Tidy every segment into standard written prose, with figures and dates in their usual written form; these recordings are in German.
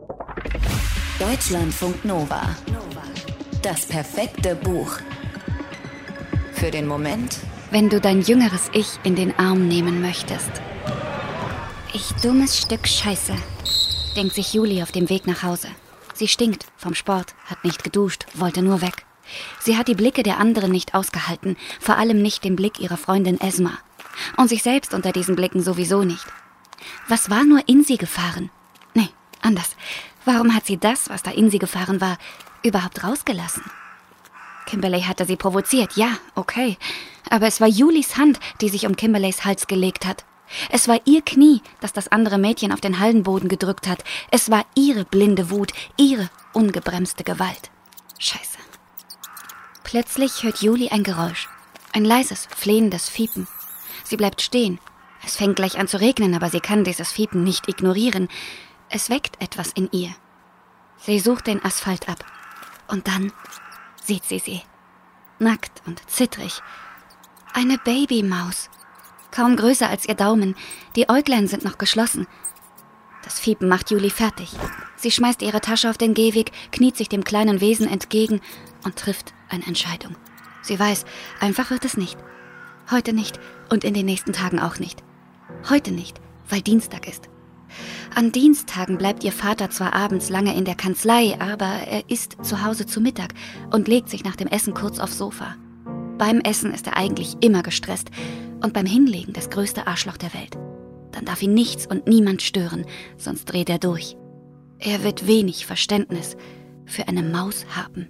Deutschlandfunk Nova. Das perfekte Buch. Für den Moment, wenn du dein jüngeres Ich in den Arm nehmen möchtest. Ich dummes Stück Scheiße, denkt sich Juli auf dem Weg nach Hause. Sie stinkt vom Sport, hat nicht geduscht, wollte nur weg. Sie hat die Blicke der anderen nicht ausgehalten, vor allem nicht den Blick ihrer Freundin Esma. Und sich selbst unter diesen Blicken sowieso nicht. Was war nur in sie gefahren? Nee, anders. Warum hat sie das, was da in sie gefahren war, überhaupt rausgelassen? Kimberly hatte sie provoziert, ja, okay. Aber es war Julis Hand, die sich um Kimberleys Hals gelegt hat. Es war ihr Knie, das das andere Mädchen auf den Hallenboden gedrückt hat. Es war ihre blinde Wut, ihre ungebremste Gewalt. Scheiße. Plötzlich hört Juli ein Geräusch. Ein leises, flehendes Fiepen. Sie bleibt stehen. Es fängt gleich an zu regnen, aber sie kann dieses Fiepen nicht ignorieren. Es weckt etwas in ihr. Sie sucht den Asphalt ab. Und dann sieht sie. Nackt und zittrig. Eine Babymaus. Kaum größer als ihr Daumen. Die Äuglein sind noch geschlossen. Das Fiepen macht Juli fertig. Sie schmeißt ihre Tasche auf den Gehweg, kniet sich dem kleinen Wesen entgegen und trifft eine Entscheidung. Sie weiß, einfach wird es nicht. Heute nicht und in den nächsten Tagen auch nicht. Heute nicht, weil Dienstag ist. An Dienstagen bleibt ihr Vater zwar abends lange in der Kanzlei, aber er isst zu Hause zu Mittag und legt sich nach dem Essen kurz aufs Sofa. Beim Essen ist er eigentlich immer gestresst und beim Hinlegen das größte Arschloch der Welt. Dann darf ihn nichts und niemand stören, sonst dreht er durch. Er wird wenig Verständnis für eine Maus haben.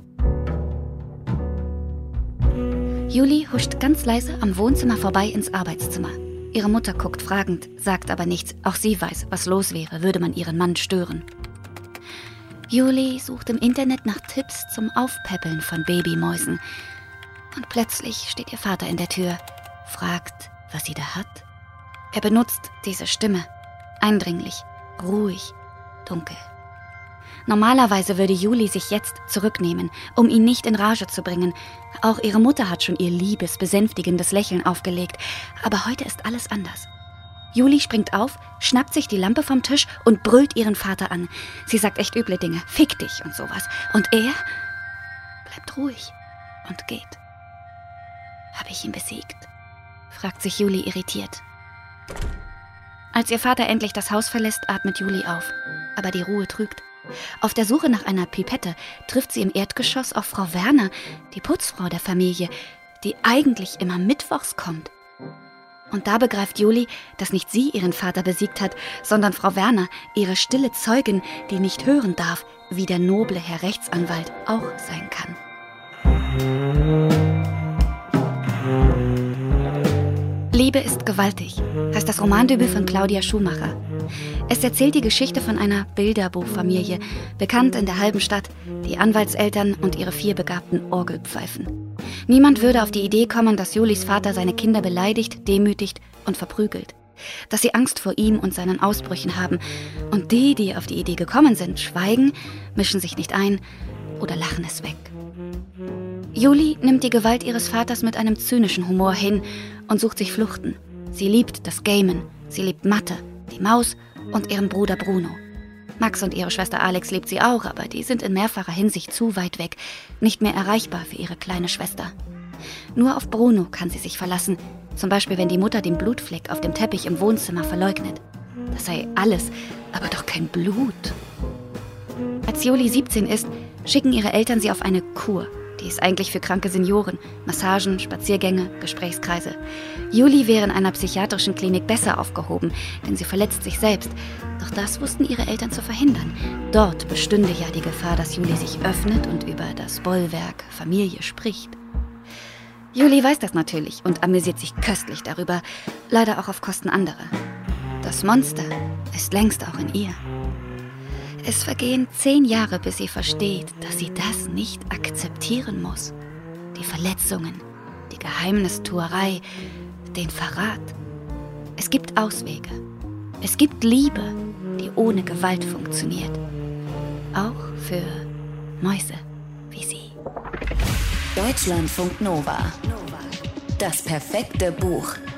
Juli huscht ganz leise am Wohnzimmer vorbei ins Arbeitszimmer. Ihre Mutter guckt fragend, sagt aber nichts. Auch sie weiß, was los wäre, würde man ihren Mann stören. Juli sucht im Internet nach Tipps zum Aufpäppeln von Babymäusen. Und plötzlich steht ihr Vater in der Tür, fragt, was sie da hat. Er benutzt diese Stimme. Eindringlich, ruhig, dunkel. Normalerweise würde Juli sich jetzt zurücknehmen, um ihn nicht in Rage zu bringen. Auch ihre Mutter hat schon ihr liebes, besänftigendes Lächeln aufgelegt. Aber heute ist alles anders. Juli springt auf, schnappt sich die Lampe vom Tisch und brüllt ihren Vater an. Sie sagt echt üble Dinge, fick dich und sowas. Und er bleibt ruhig und geht. Habe ich ihn besiegt? Fragt sich Juli irritiert. Als ihr Vater endlich das Haus verlässt, atmet Juli auf. Aber die Ruhe trügt. Auf der Suche nach einer Pipette trifft sie im Erdgeschoss auf Frau Werner, die Putzfrau der Familie, die eigentlich immer mittwochs kommt. Und da begreift Juli, dass nicht sie ihren Vater besiegt hat, sondern Frau Werner, ihre stille Zeugin, die nicht hören darf, wie der noble Herr Rechtsanwalt auch sein kann. Liebe ist gewaltig, heißt das Romandebüt von Claudia Schumacher. Es erzählt die Geschichte von einer Bilderbuchfamilie, bekannt in der halben Stadt, die Anwaltseltern und ihre 4 begabten Orgelpfeifen. Niemand würde auf die Idee kommen, dass Julis Vater seine Kinder beleidigt, demütigt und verprügelt. Dass sie Angst vor ihm und seinen Ausbrüchen haben. Und die auf die Idee gekommen sind, schweigen, mischen sich nicht ein oder lachen es weg. Juli nimmt die Gewalt ihres Vaters mit einem zynischen Humor hin und sucht sich Fluchten. Sie liebt das Gamen, sie liebt Mathe, die Maus und ihren Bruder Bruno. Max und ihre Schwester Alex liebt sie auch, aber die sind in mehrfacher Hinsicht zu weit weg, nicht mehr erreichbar für ihre kleine Schwester. Nur auf Bruno kann sie sich verlassen, zum Beispiel wenn die Mutter den Blutfleck auf dem Teppich im Wohnzimmer verleugnet. Das sei alles, aber doch kein Blut. Als Juli 17 ist, schicken ihre Eltern sie auf eine Kur. Die ist eigentlich für kranke Senioren. Massagen, Spaziergänge, Gesprächskreise. Juli wäre in einer psychiatrischen Klinik besser aufgehoben, denn sie verletzt sich selbst. Doch das wussten ihre Eltern zu verhindern. Dort bestünde ja die Gefahr, dass Juli sich öffnet und über das Bollwerk Familie spricht. Juli weiß das natürlich und amüsiert sich köstlich darüber, leider auch auf Kosten anderer. Das Monster ist längst auch in ihr. Es vergehen 10 Jahre, bis sie versteht, dass sie das nicht akzeptieren muss. Die Verletzungen, die Geheimnistuerei, den Verrat. Es gibt Auswege. Es gibt Liebe, die ohne Gewalt funktioniert. Auch für Mäuse wie sie. Deutschlandfunk Nova. Das perfekte Buch.